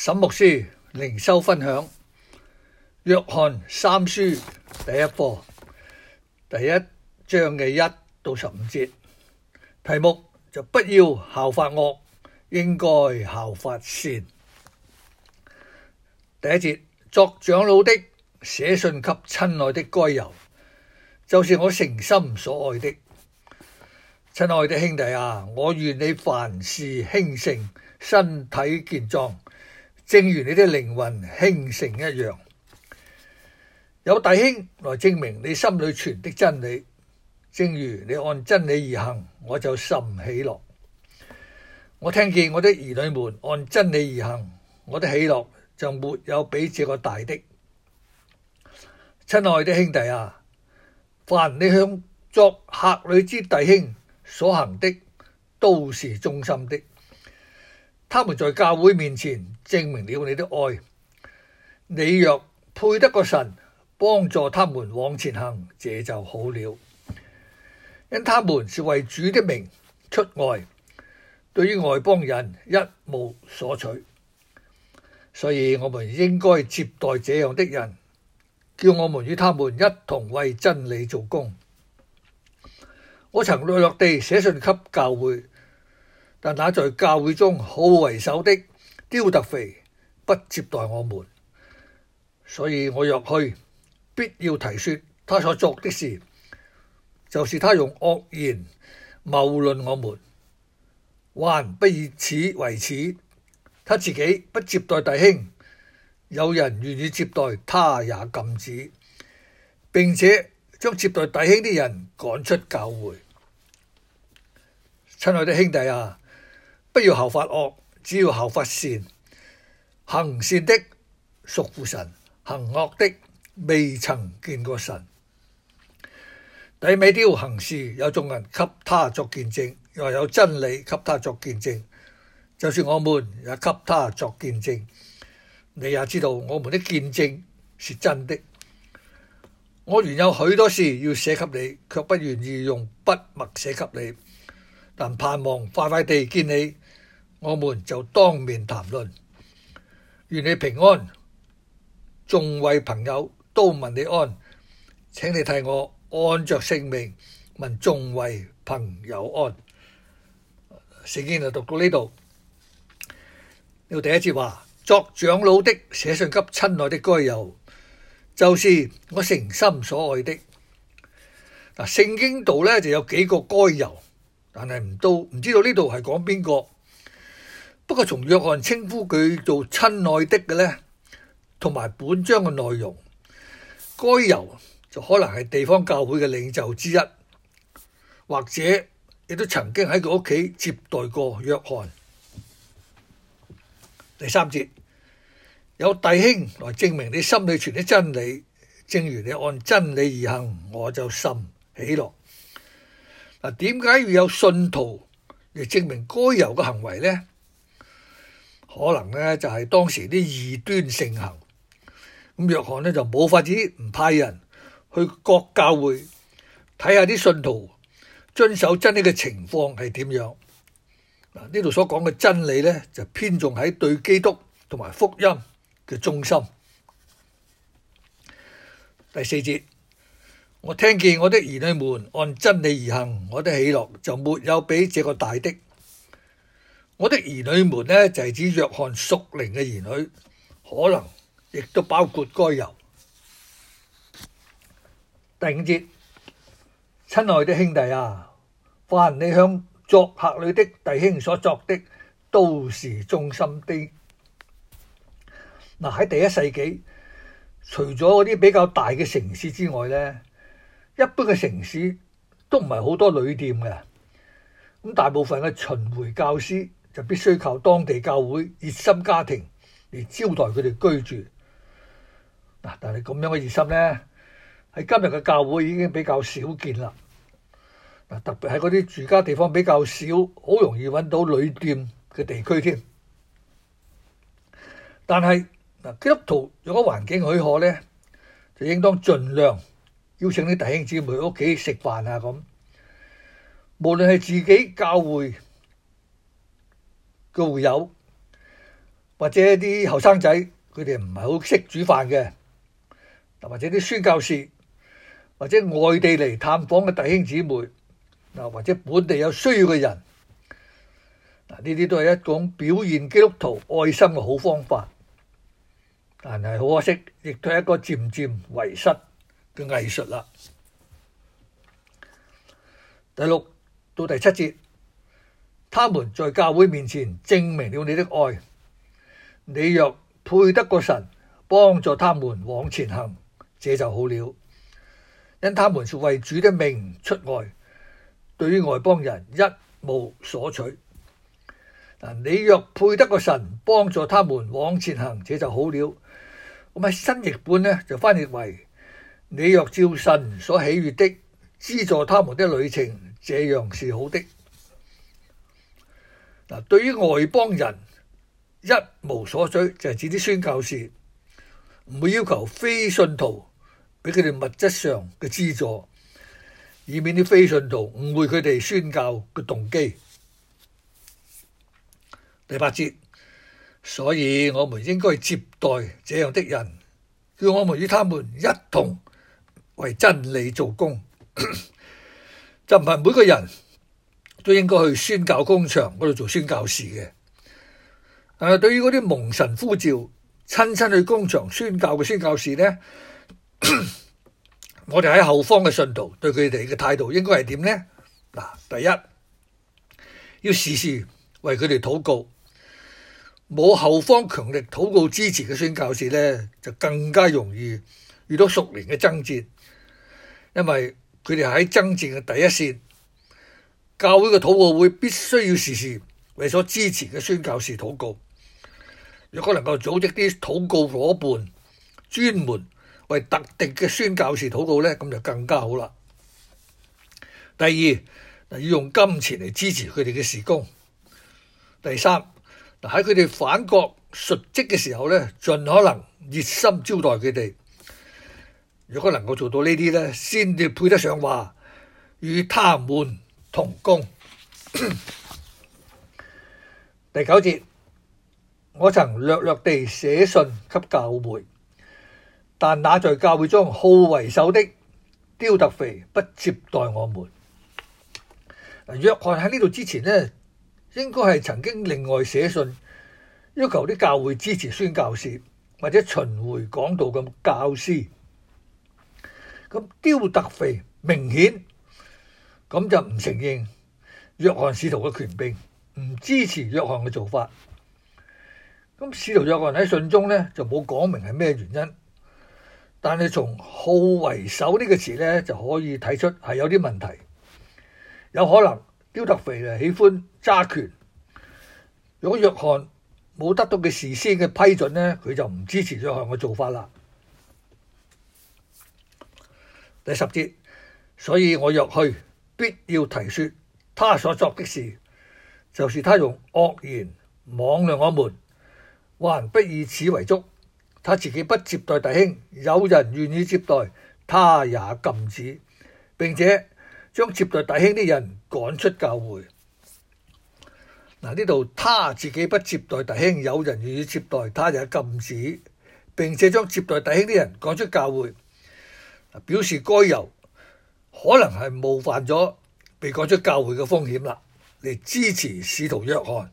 沈牧師靈修分享約翰三書第一課第一章嘅1到15節，題目就不要效法惡，應該效法善。第一節，作長老的寫信給親愛的該猶，就是我誠心所愛的。親愛的兄弟啊，我願你凡事興盛，身體健壯，正如你的靈魂興盛一樣。有弟兄來證明你心裏存的真理，正如你按真理而行，我就甚喜樂。我聽見我的兒女們按真理而行，我的喜樂就沒有比這個大的。親愛的兄弟啊，凡你向作客旅之弟兄所行的，都是忠心的。他們在教會面前證明了你的愛。你若配得過神幫助他們往前行，這就好了。因他們是為主的名出外，對於外邦人一無所取。所以我們應該接待這樣的人，叫我們與他們一同為真理做工。我曾略略地寫信給教會，但那在教會中好為首的丟特腓不接待我們，所以我若去，必要提說他所作的事，就是他用惡言謬論我們。還不以此為恥，他自己不接待弟兄，有人願意接待，他也禁止，並且將接待弟兄的人趕出教會。親愛的兄弟啊，不要效法惡，只要效法善。行善的屬乎神，行惡的未曾見過神。低米丟行事，有眾人給他作見證，又有真理給他作見證，就算我們也給他作見證。你也知道我們的見證是真的。我原有許多事要寫給你，卻不願意用筆墨寫給你，但盼望快快地見你，我們就當面談論。願你平安。眾位朋友都問你安，請你替我按着聖名問眾位朋友安。聖經就讀到呢度。呢度第一節話，作長老的寫信給親愛的該猶，就是我誠心所愛的。嗱，聖經度呢就有幾個該猶，但係唔知道呢度係講邊個。不過從約翰稱呼佢做親愛的嘅呢，同埋本章嘅內容，該猶就可能係地方教會嘅領袖之一，或者亦都曾經喺佢屋企接待過約翰。第三節，有弟兄來證明你心裏存的真理，正如你按真理而行，我就甚喜樂。嗱，點解要有信徒嚟證明該猶嘅行為呢？可能呢就係當時啲異端盛行，咁約翰呢就冇法子唔派人去各教會睇下啲信徒遵守真理嘅情況係點樣。嗱，呢度所講嘅真理呢，就偏重喺對基督同埋福音嘅忠心。第四節，我聽見我的兒女們按真理而行，我的喜樂就沒有比這個大的。我的兒女們呢，就係指約翰屬靈嘅兒女，可能亦都包括該猶。第五節，親愛的兄弟啊，凡你向作客旅的弟兄所作的，都是忠心的。嗱，喺第一世紀，除咗嗰啲比較大嘅城市之外呢，一般嘅城市都唔係好多旅店嘅。咁大部分嘅巡迴教師就必須靠當地教會熱心家庭嚟招待佢哋居住。嗱，但係咁樣嘅熱心呢，喺今日嘅教會已經比較少見啦。嗱，特別係嗰啲住家地方比較少，好容易揾到旅店嘅地區添。但係嗱，基督徒如果環境許可呢，就應當盡量邀請啲弟兄姊妹去屋企食飯啊咁。無論係自己教會嘅會友， 或者啲後生仔佢哋唔係好識煮飯嘅，或者啲宣教士，或者外地嚟探訪嘅弟兄姊妹，或者本地有需要嘅人，呢啲都係一種表現基督徒愛心嘅好方法。但係好可惜，亦都係一個漸漸遺失嘅藝術啦。第6到第7節，他們在教會面前證明了你的愛，你若配得過神幫助他們往前行，這就好了。因他們是為主的名出外，對於外邦人一無所取。你若配得過神幫助他們往前行，這就好了。咁喺新譯本呢，就翻譯為你若照神所喜悅的資助他們的旅程，這樣是好的。對於外邦人一無所取，就係指啲宣教士唔會要求非信徒俾佢哋物質上嘅資助，以免啲非信徒誤會佢哋宣教嘅動機。第8節，所以我們應該接待這樣的人，叫我們與他們一同為真理做工。就唔係每個人都應該去宣教工場嗰度做宣教士嘅。但係對於嗰啲蒙神呼召親身去工場宣教嘅宣教士呢，我哋喺後方嘅信徒對佢哋嘅態度應該係點呢？第一，要時時為佢哋禱告。冇後方強力禱告支持嘅宣教士呢，就更加容易遇到屬靈嘅爭戰，因為佢哋喺爭戰嘅第一線。教會嘅禱告會必須要時時為所支持嘅宣教士禱告。如果能夠組織啲禱告夥伴，專門為特定嘅宣教士禱告呢，咁就更加好啦。第二，要用金錢嚟支持佢哋嘅事工。第三，喺佢哋返國述職嘅時候呢，盡可能熱心招待佢哋。如果能夠做到呢啲呢，先至配得上話與他們同工。第9節，我曾略略地寫信給教會，但那在教會中好為首的丟特腓不接待我們。約翰喺呢度之前呢，應該係曾經另外寫信要求啲教會支持宣教士或者巡迴講道嘅教師。咁丟特腓明顯咁就唔承認約翰使徒嘅權柄，唔支持約翰嘅做法。咁使徒約翰喺信中呢，就冇講明係咩原因，但係從好為首呢個詞呢，就可以睇出係有啲問題。有可能丟特腓喜歡揸權，如果約翰冇得到佢事先嘅批准呢，佢就唔支持約翰嘅做法啦。第10節，所以我若去，必要提說他所作的事，就是他用惡言妄論我們，還不以此為足。他自己不接待弟兄，有人願意接待，他也禁止，並且將接待弟兄的人趕出教會。呢度他自己不接待弟兄，有人願意接待，他也禁止，並且將接待弟兄的人趕出教會，表示該猶可能係冒犯咗被趕出教會嘅風險啦，嚟支持使徒約翰。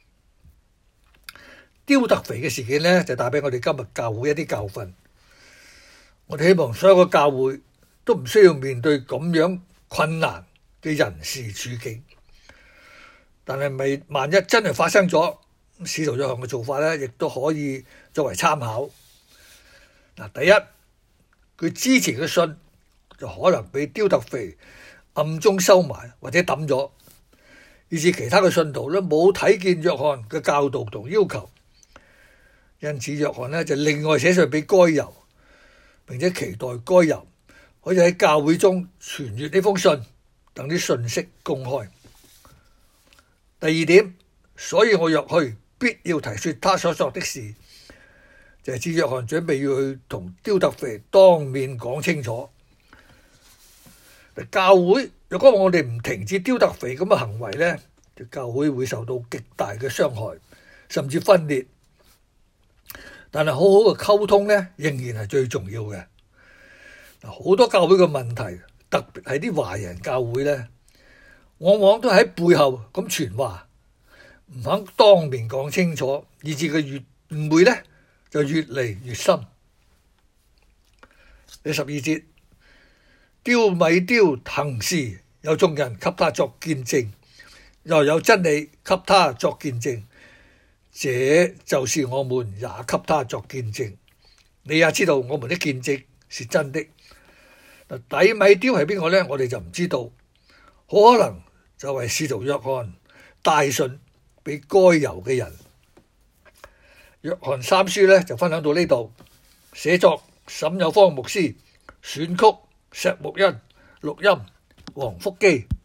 丟特腓嘅事件呢，就帶俾我哋今日教會一啲教訓。我哋希望所有嘅教會都唔需要面對咁樣困難嘅人事處境。但係萬一真係發生咗，使徒約翰嘅做法呢，亦都可以作為參考。第一，佢之前嘅信就可能被丟特腓暗中收埋或者抌咗，以致其他嘅信徒呢冇睇見約翰嘅教導同要求。因此約翰呢就另外寫信俾該猶，並且期待該猶可以喺教會中傳閱呢封信，等啲信息公開。第二點，所以我若去，必要提說他所作的事，就係指約翰準備要去同丟特腓當面講清楚。教會如果我哋唔停止丟特腓咁嘅行為呢，就教會會受到極大嘅傷害，甚至分裂， 但係好好嘅溝通呢，仍然係最重要嘅。好多教會嘅問題，特別係啲華人教會呢，往往都喺背後咁傳話，唔肯當面講清楚，以致個誤會呢就越嚟越深。第12節，丟米丟行事，有眾人給他作見證，又有真理給他作見證，這就是我們也給他作見證。你也知道我們的見證是真的。底米丟係邊個呢？我哋就唔知道，好可能就係使徒約翰帶信俾該猶嘅人。約翰三書呢就分享到呢度，寫作沈有方牧師，選曲石木恩，錄音黃福基。